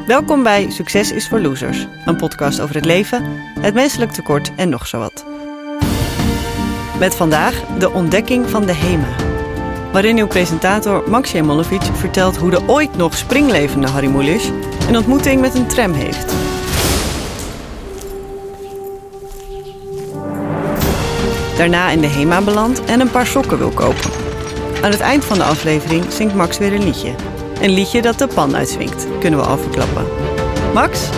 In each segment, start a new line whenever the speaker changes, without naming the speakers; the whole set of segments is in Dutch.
Welkom bij Succes is voor Losers, een podcast over het leven, het menselijk tekort en nog zo wat. Met vandaag de ontdekking van de HEMA, waarin uw presentator Max Jamolovic vertelt hoe de ooit nog springlevende Harry Mulisch een ontmoeting met een tram heeft. Daarna in de HEMA belandt en een paar sokken wil kopen. Aan het eind van de aflevering zingt Max weer een liedje. Een liedje dat de pan uitzwingt, kunnen we al verklappen. Max?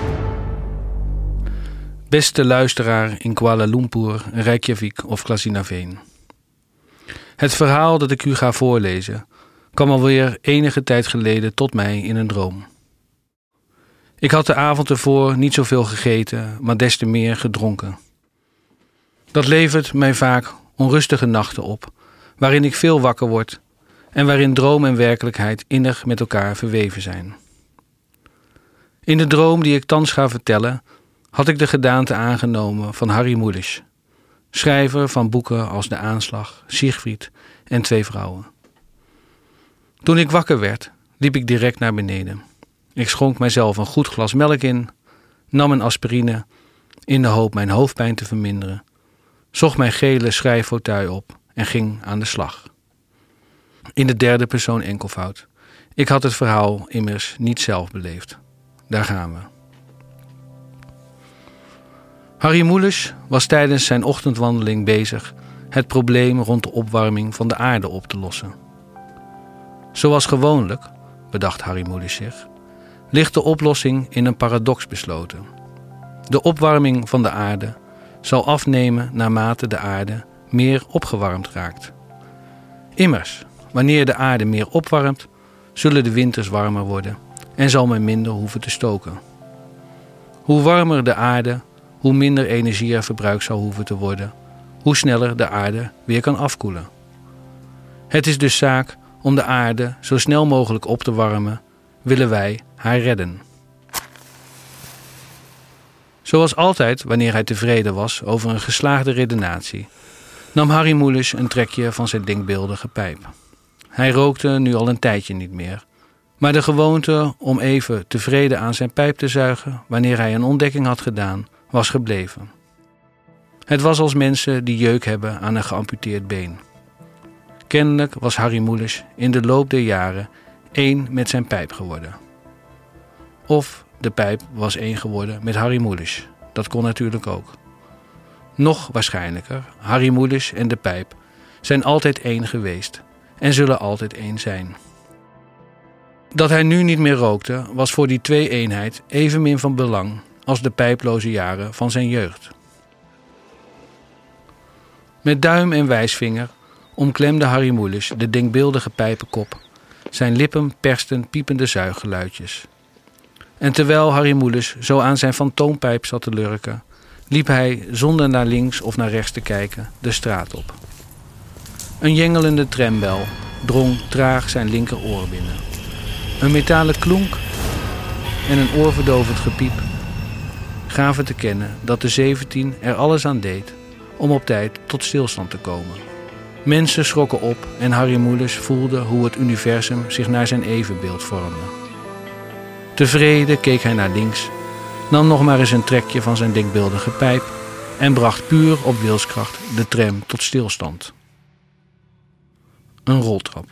Beste luisteraar in Kuala Lumpur, Reykjavik of Klazinaveen. Het verhaal dat ik u ga voorlezen kwam alweer enige tijd geleden tot mij in een droom. Ik had de avond ervoor niet zoveel gegeten, maar des te meer gedronken. Dat levert mij vaak onrustige nachten op, waarin ik veel wakker word en waarin droom en werkelijkheid innig met elkaar verweven zijn. In de droom die ik thans ga vertellen, had ik de gedaante aangenomen van Harry Mulisch, schrijver van boeken als De Aanslag, Siegfried en Twee Vrouwen. Toen ik wakker werd, liep ik direct naar beneden. Ik schonk mijzelf een goed glas melk in, nam een aspirine in de hoop mijn hoofdpijn te verminderen, zocht mijn gele schrijffauteuil op en ging aan de slag. In de derde persoon enkelvoud. Ik had het verhaal immers niet zelf beleefd. Daar gaan we. Harry Mulisch was tijdens zijn ochtendwandeling bezig het probleem rond de opwarming van de aarde op te lossen. Zoals gewoonlijk, bedacht Harry Mulisch zich, ligt de oplossing in een paradox besloten. De opwarming van de aarde zal afnemen naarmate de aarde meer opgewarmd raakt. Immers, wanneer de aarde meer opwarmt, zullen de winters warmer worden en zal men minder hoeven te stoken. Hoe warmer de aarde, hoe minder energie er verbruikt zal hoeven te worden, hoe sneller de aarde weer kan afkoelen. Het is dus zaak om de aarde zo snel mogelijk op te warmen, willen wij haar redden. Zoals altijd, wanneer hij tevreden was over een geslaagde redenatie, nam Harry Mulisch een trekje van zijn denkbeeldige pijp. Hij rookte nu al een tijdje niet meer, maar de gewoonte om even tevreden aan zijn pijp te zuigen wanneer hij een ontdekking had gedaan, was gebleven. Het was als mensen die jeuk hebben aan een geamputeerd been. Kennelijk was Harry Mulisch in de loop der jaren één met zijn pijp geworden. Of de pijp was één geworden met Harry Mulisch. Dat kon natuurlijk ook. Nog waarschijnlijker, Harry Mulisch en de pijp zijn altijd één geweest en zullen altijd één zijn. Dat hij nu niet meer rookte, was voor die twee-eenheid evenmin van belang als de pijploze jaren van zijn jeugd. Met duim en wijsvinger omklemde Harry Mulisch de denkbeeldige pijpenkop. Zijn lippen persten piepende zuiggeluidjes. En terwijl Harry Mulisch zo aan zijn fantoompijp zat te lurken, liep hij, zonder naar links of naar rechts te kijken, de straat op. Een jengelende trambel drong traag zijn linkeroor binnen. Een metalen klonk en een oorverdovend gepiep gaven te kennen dat de 17 er alles aan deed om op tijd tot stilstand te komen. Mensen schrokken op en Harry Mulisch voelde hoe het universum zich naar zijn evenbeeld vormde. Tevreden keek hij naar links, nam nog maar eens een trekje van zijn denkbeeldige pijp en bracht puur op wilskracht de tram tot stilstand. Een roltrap.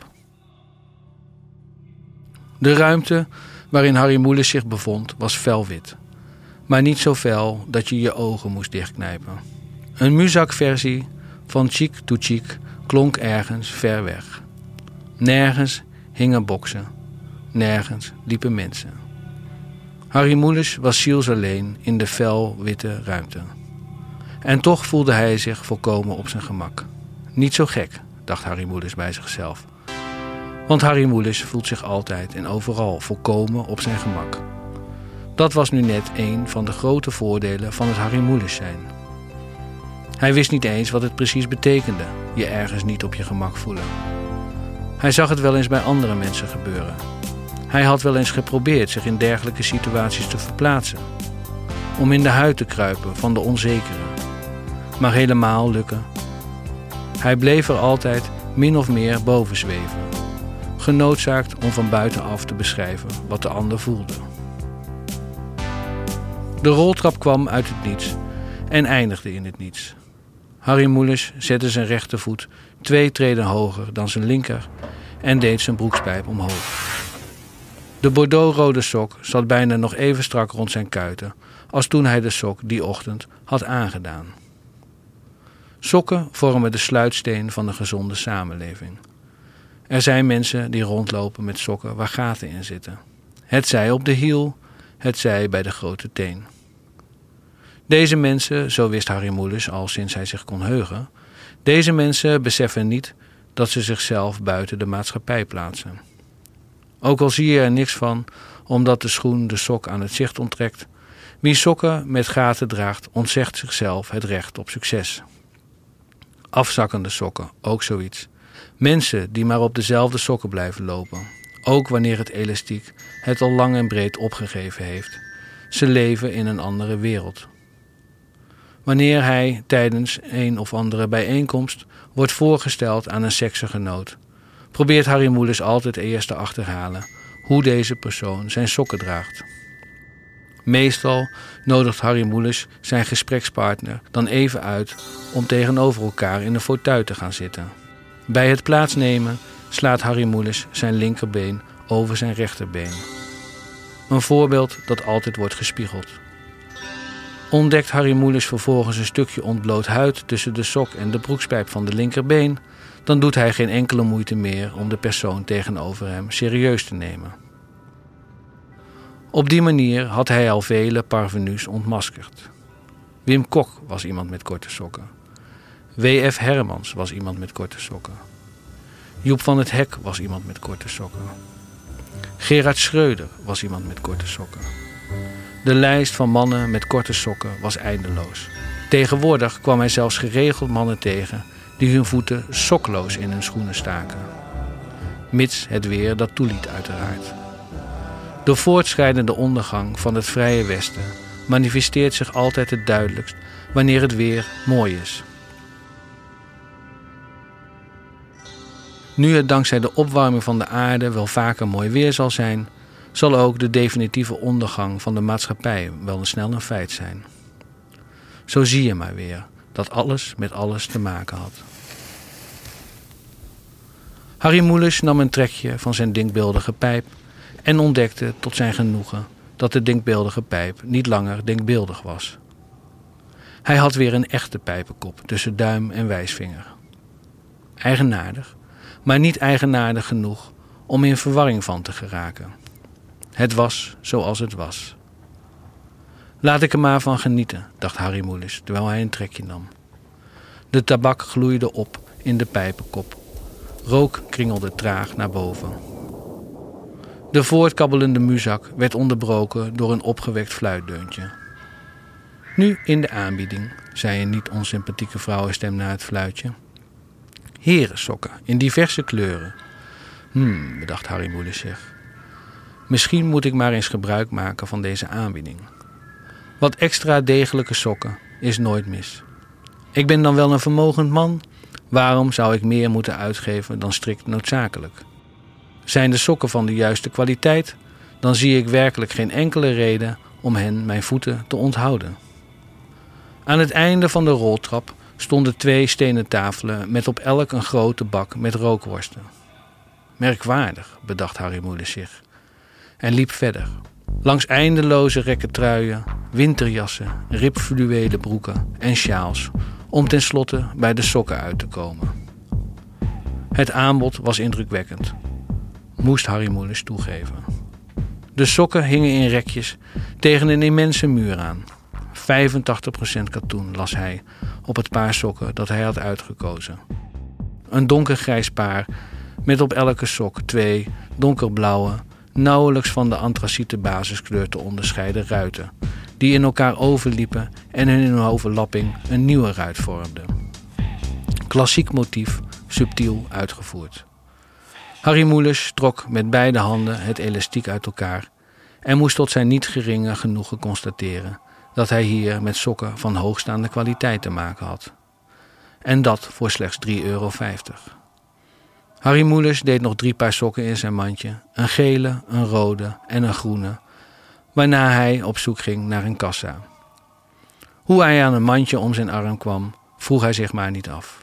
De ruimte waarin Harry Mulisch zich bevond was felwit, maar niet zo fel dat je je ogen moest dichtknijpen. Een muzakversie van Cheek to Cheek klonk ergens ver weg. Nergens hingen boksen, nergens liepen mensen. Harry Mulisch was zielsalleen in de felwitte ruimte. En toch voelde hij zich volkomen op zijn gemak. Niet zo gek, dacht Harry Mulisch bij zichzelf. Want Harry Mulisch voelt zich altijd en overal volkomen op zijn gemak. Dat was nu net een van de grote voordelen van het Harry Mulisch zijn. Hij wist niet eens wat het precies betekende, je ergens niet op je gemak voelen. Hij zag het wel eens bij andere mensen gebeuren. Hij had wel eens geprobeerd zich in dergelijke situaties te verplaatsen. Om in de huid te kruipen van de onzekere. Maar helemaal lukken. Hij bleef er altijd min of meer boven zweven. Genoodzaakt om van buitenaf te beschrijven wat de ander voelde. De roltrap kwam uit het niets en eindigde in het niets. Harry Mulisch zette zijn rechtervoet 2 treden hoger dan zijn linker en deed zijn broekspijp omhoog. De bordeauxrode sok zat bijna nog even strak rond zijn kuiten als toen hij de sok die ochtend had aangedaan. Sokken vormen de sluitsteen van een gezonde samenleving. Er zijn mensen die rondlopen met sokken waar gaten in zitten. Hetzij op de hiel, hetzij bij de grote teen. Deze mensen, zo wist Harry Mulisch al sinds hij zich kon heugen, deze mensen beseffen niet dat ze zichzelf buiten de maatschappij plaatsen. Ook al zie je er niks van, omdat de schoen de sok aan het zicht onttrekt, wie sokken met gaten draagt, ontzegt zichzelf het recht op succes. Afzakkende sokken, ook zoiets. Mensen die maar op dezelfde sokken blijven lopen, ook wanneer het elastiek het al lang en breed opgegeven heeft. Ze leven in een andere wereld. Wanneer hij tijdens een of andere bijeenkomst wordt voorgesteld aan een seksgenoot, probeert Harry Mulisch altijd eerst te achterhalen hoe deze persoon zijn sokken draagt. Meestal nodigt Harry Mulisch zijn gesprekspartner dan even uit om tegenover elkaar in een fauteuil te gaan zitten. Bij het plaatsnemen slaat Harry Mulisch zijn linkerbeen over zijn rechterbeen. Een voorbeeld dat altijd wordt gespiegeld. Ontdekt Harry Mulisch vervolgens een stukje ontbloot huid tussen de sok en de broekspijp van de linkerbeen, dan doet hij geen enkele moeite meer om de persoon tegenover hem serieus te nemen. Op die manier had hij al vele parvenus ontmaskerd. Wim Kok was iemand met korte sokken. W.F. Hermans was iemand met korte sokken. Joep van het Hek was iemand met korte sokken. Gerard Schreuder was iemand met korte sokken. De lijst van mannen met korte sokken was eindeloos. Tegenwoordig kwam hij zelfs geregeld mannen tegen die hun voeten sokloos in hun schoenen staken. Mits het weer dat toeliet uiteraard. De voortschrijdende ondergang van het Vrije Westen manifesteert zich altijd het duidelijkst wanneer het weer mooi is. Nu het dankzij de opwarming van de aarde wel vaker mooi weer zal zijn, zal ook de definitieve ondergang van de maatschappij wel snel een feit zijn. Zo zie je maar weer dat alles met alles te maken had. Harry Mulisch nam een trekje van zijn denkbeeldige pijp en ontdekte tot zijn genoegen dat de denkbeeldige pijp niet langer denkbeeldig was. Hij had weer een echte pijpenkop tussen duim en wijsvinger. Eigenaardig, maar niet eigenaardig genoeg om in verwarring van te geraken. Het was zoals het was. Laat ik er maar van genieten, dacht Harry Mulisch terwijl hij een trekje nam. De tabak gloeide op in de pijpenkop. Rook kringelde traag naar boven. De voortkabbelende muzak werd onderbroken door een opgewekt fluitdeuntje. Nu in de aanbieding, zei een niet onsympathieke vrouwenstem na het fluitje. Herensokken in diverse kleuren. Bedacht Harry Mulisch zich. Misschien moet ik maar eens gebruik maken van deze aanbieding. Wat extra degelijke sokken is nooit mis. Ik ben dan wel een vermogend man. Waarom zou ik meer moeten uitgeven dan strikt noodzakelijk? Zijn de sokken van de juiste kwaliteit, dan zie ik werkelijk geen enkele reden om hen mijn voeten te onthouden. Aan het einde van de roltrap stonden 2 stenen tafelen met op elk een grote bak met rookworsten. Merkwaardig, bedacht Harry Mulisch zich. En liep verder. Langs eindeloze rekken truien, winterjassen, ribfluwelen broeken en sjaals, om tenslotte bij de sokken uit te komen. Het aanbod was indrukwekkend, moest Harry Mulisch toegeven. De sokken hingen in rekjes tegen een immense muur aan. 85% katoen, las hij op het paar sokken dat hij had uitgekozen. Een donkergrijs paar met op elke sok 2 donkerblauwe, nauwelijks van de antraciete basiskleur te onderscheiden ruiten, die in elkaar overliepen en in hun overlapping een nieuwe ruit vormden. Klassiek motief, subtiel uitgevoerd. Harry Mulisch trok met beide handen het elastiek uit elkaar en moest tot zijn niet geringe genoegen constateren dat hij hier met sokken van hoogstaande kwaliteit te maken had. En dat voor slechts €3,50. Harry Mulisch deed nog 3 paar sokken in zijn mandje, een gele, een rode en een groene, waarna hij op zoek ging naar een kassa. Hoe hij aan een mandje om zijn arm kwam, vroeg hij zich maar niet af.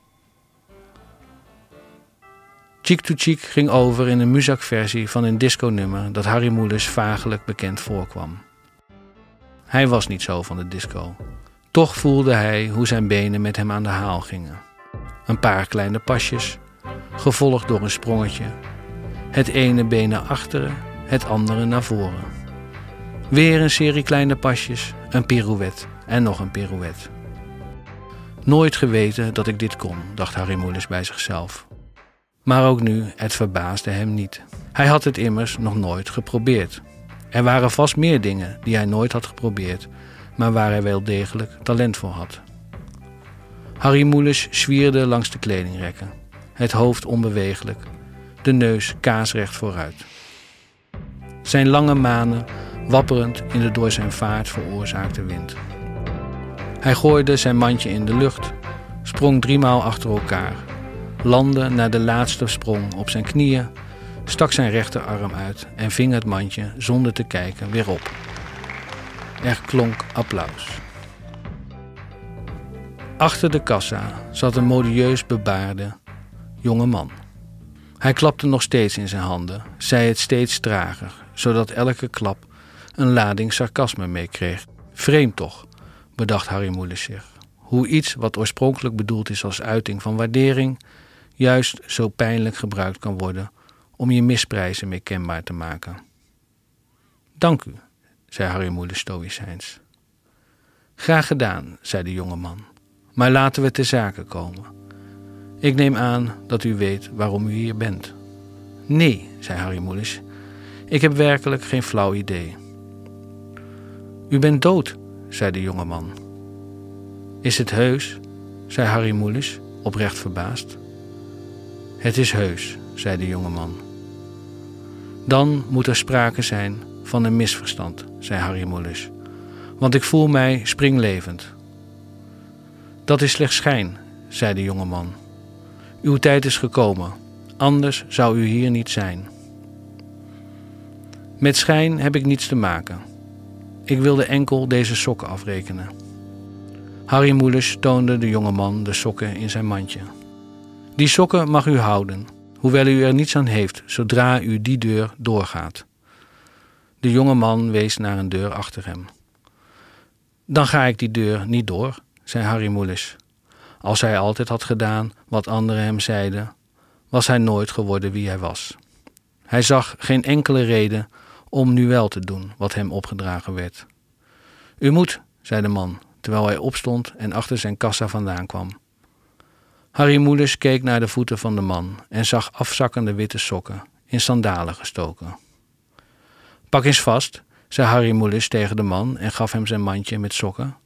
Cheek to Cheek ging over in een muzakversie van een disco-nummer dat Harry Mulisch vagelijk bekend voorkwam. Hij was niet zo van de disco. Toch voelde hij hoe zijn benen met hem aan de haal gingen. Een paar kleine pasjes, gevolgd door een sprongetje. Het ene been naar achteren, het andere naar voren. Weer een serie kleine pasjes, een pirouette en nog een pirouette. Nooit geweten dat ik dit kon, dacht Harry Mulisch bij zichzelf. Maar ook nu, het verbaasde hem niet. Hij had het immers nog nooit geprobeerd. Er waren vast meer dingen die hij nooit had geprobeerd, maar waar hij wel degelijk talent voor had. Harry Mulisch zwierde langs de kledingrekken, het hoofd onbeweeglijk, de neus kaarsrecht vooruit. Zijn lange manen wapperend in de door zijn vaart veroorzaakte wind. Hij gooide zijn mandje in de lucht, sprong 3 maal achter elkaar, landde na de laatste sprong op zijn knieën, stak zijn rechterarm uit en ving het mandje zonder te kijken weer op. Er klonk applaus. Achter de kassa zat een modieus bebaarde jonge man. Hij klapte nog steeds in zijn handen, zei het steeds trager, zodat elke klap een lading sarcasme meekreeg. Vreemd toch, bedacht Harry Mulisch zich, hoe iets wat oorspronkelijk bedoeld is als uiting van waardering, juist zo pijnlijk gebruikt kan worden om je misprijzen mee kenbaar te maken. Dank u, zei Harry Mulisch stoïcijns. Graag gedaan, zei de jonge man, maar laten we ter zake komen. Ik neem aan dat u weet waarom u hier bent. Nee, zei Harry Mulisch, ik heb werkelijk geen flauw idee. U bent dood, zei de jonge man. Is het heus, zei Harry Mulisch, oprecht verbaasd. Het is heus, zei de jonge man. Dan moet er sprake zijn van een misverstand, zei Harry Mulisch, want ik voel mij springlevend. Dat is slechts schijn, zei de jonge man. Uw tijd is gekomen, anders zou u hier niet zijn. Met schijn heb ik niets te maken. Ik wilde enkel deze sokken afrekenen. Harry Mulisch toonde de jonge man de sokken in zijn mandje. Die sokken mag u houden, hoewel u er niets aan heeft zodra u die deur doorgaat. De jonge man wees naar een deur achter hem. Dan ga ik die deur niet door, zei Harry Mulisch. Als hij altijd had gedaan wat anderen hem zeiden, was hij nooit geworden wie hij was. Hij zag geen enkele reden om nu wel te doen wat hem opgedragen werd. U moet, zei de man, terwijl hij opstond en achter zijn kassa vandaan kwam. Harry Mulisch keek naar de voeten van de man en zag afzakkende witte sokken, in sandalen gestoken. Pak eens vast, zei Harry Mulisch tegen de man en gaf hem zijn mandje met sokken.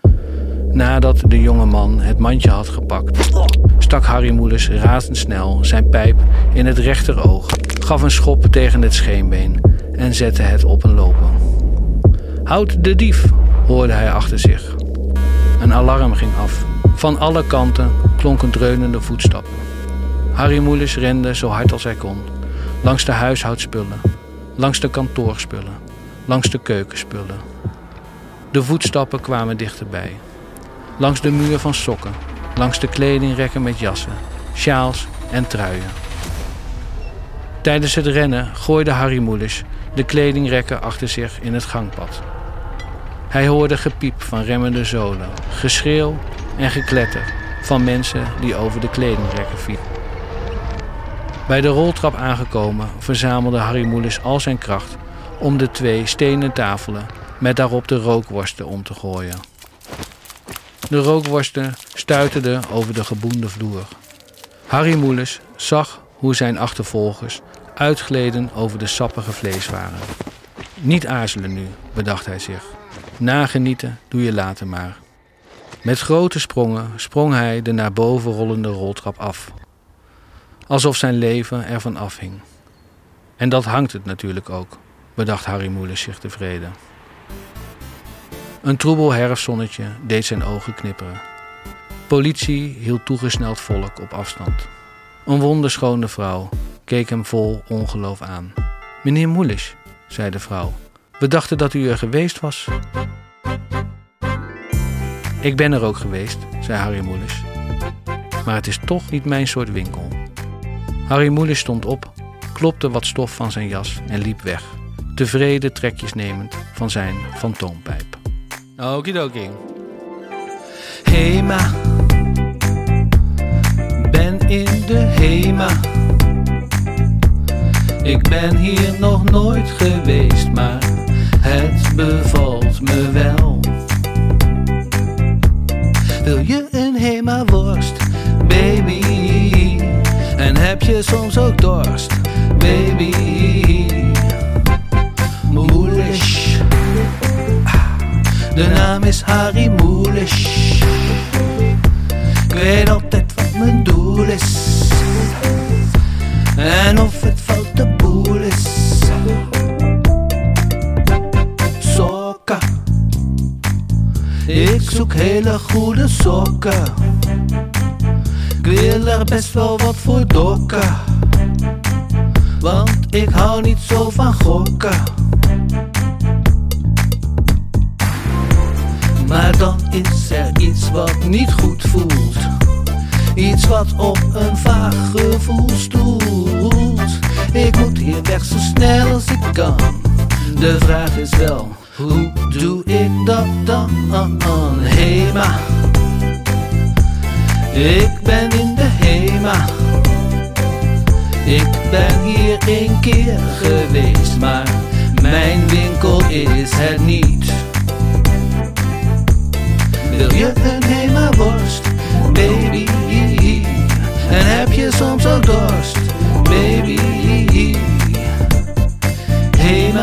Nadat de jonge man het mandje had gepakt, stak Harry Mulisch razendsnel zijn pijp in het rechteroog, gaf een schop tegen het scheenbeen en zette het op een lopen. Houd de dief, hoorde hij achter zich. Een alarm ging af. Van alle kanten klonken dreunende voetstappen. Harry Mulisch rende zo hard als hij kon, langs de huishoudspullen, langs de kantoorspullen, langs de keukenspullen. De voetstappen kwamen dichterbij. Langs de muur van sokken, langs de kledingrekken met jassen, sjaals en truien. Tijdens het rennen gooide Harry Mulisch de kledingrekken achter zich in het gangpad. Hij hoorde gepiep van remmende zolen, geschreeuw en gekletter van mensen die over de kledingrekken vielen. Bij de roltrap aangekomen verzamelde Harry Mulisch al zijn kracht om de 2 stenen tafelen met daarop de rookworsten om te gooien. De rookworsten stuiterden over de geboende vloer. Harry Mulisch zag hoe zijn achtervolgers uitgleden over de sappige vleeswaren. Niet aarzelen nu, bedacht hij zich. Nagenieten doe je later maar. Met grote sprongen sprong hij de naar boven rollende roltrap af. Alsof zijn leven ervan afhing. En dat hangt het natuurlijk ook, bedacht Harry Mulisch zich tevreden. Een troebel herfstzonnetje deed zijn ogen knipperen. Politie hield toegesneld volk op afstand. Een wonderschone vrouw keek hem vol ongeloof aan. Meneer Mulisch, zei de vrouw, We dachten dat u er geweest was. Ik ben er ook geweest, zei Harry Mulisch. Maar het is toch niet mijn soort winkel. Harry Mulisch stond op, klopte wat stof van zijn jas en liep weg. Tevreden trekjes nemend van zijn fantoompijp. Okidoki. Hema. Ben in de Hema. Ik ben hier nog nooit geweest, maar het bevalt me wel. Wil je een Hema worst, baby? En heb je soms ook dorst, baby? Mulisch. De naam is Harry Mulisch. Ik weet altijd wat mijn doel is. En of het foute boel is. Sokken. Ik zoek hele goede sokken. Ik wil er best wel wat voor dokken. Want ik hou niet zo van gokken. Maar dan is er iets wat niet goed voelt. Iets wat op een vaag gevoel stoelt. Ik moet hier weg zo snel als ik kan. De vraag is wel, hoe doe ik dat dan? Hema. Ik ben in de Hema. Ik ben hier 1 keer geweest, maar mijn winkel is het niet. Wil je een Hema worst, baby? En heb je soms ook dorst, baby? Hema.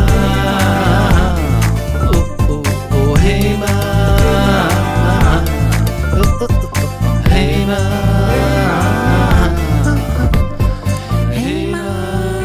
Oh, oh, oh, Hema. Oh, oh, oh, Hema. Hema.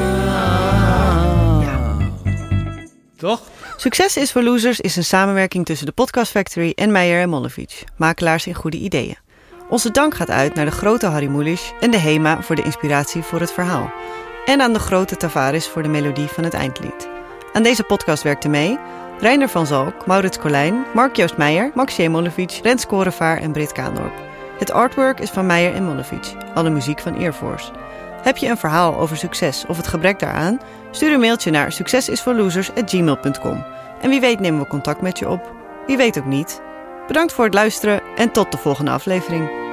Toch?
Succes is voor Losers is een samenwerking tussen de Podcast Factory en Meijer & Mollevich, makelaars in goede ideeën. Onze dank gaat uit naar de grote Harry Mulisch en de Hema voor de inspiratie voor het verhaal. En aan de grote Tavares voor de melodie van het eindlied. Aan deze podcast werkten mee Reiner van Zalk, Maurits Colijn, Mark-Joost Meijer, Max J. Mollevich, Rens Korevaar en Brit Kaandorp. Het artwork is van Meijer & Mollevich, alle muziek van Earforce. Heb je een verhaal over succes of het gebrek daaraan? Stuur een mailtje naar succesisvoorlosers@gmail.com. En wie weet nemen we contact met je op. Wie weet ook niet. Bedankt voor het luisteren en tot de volgende aflevering.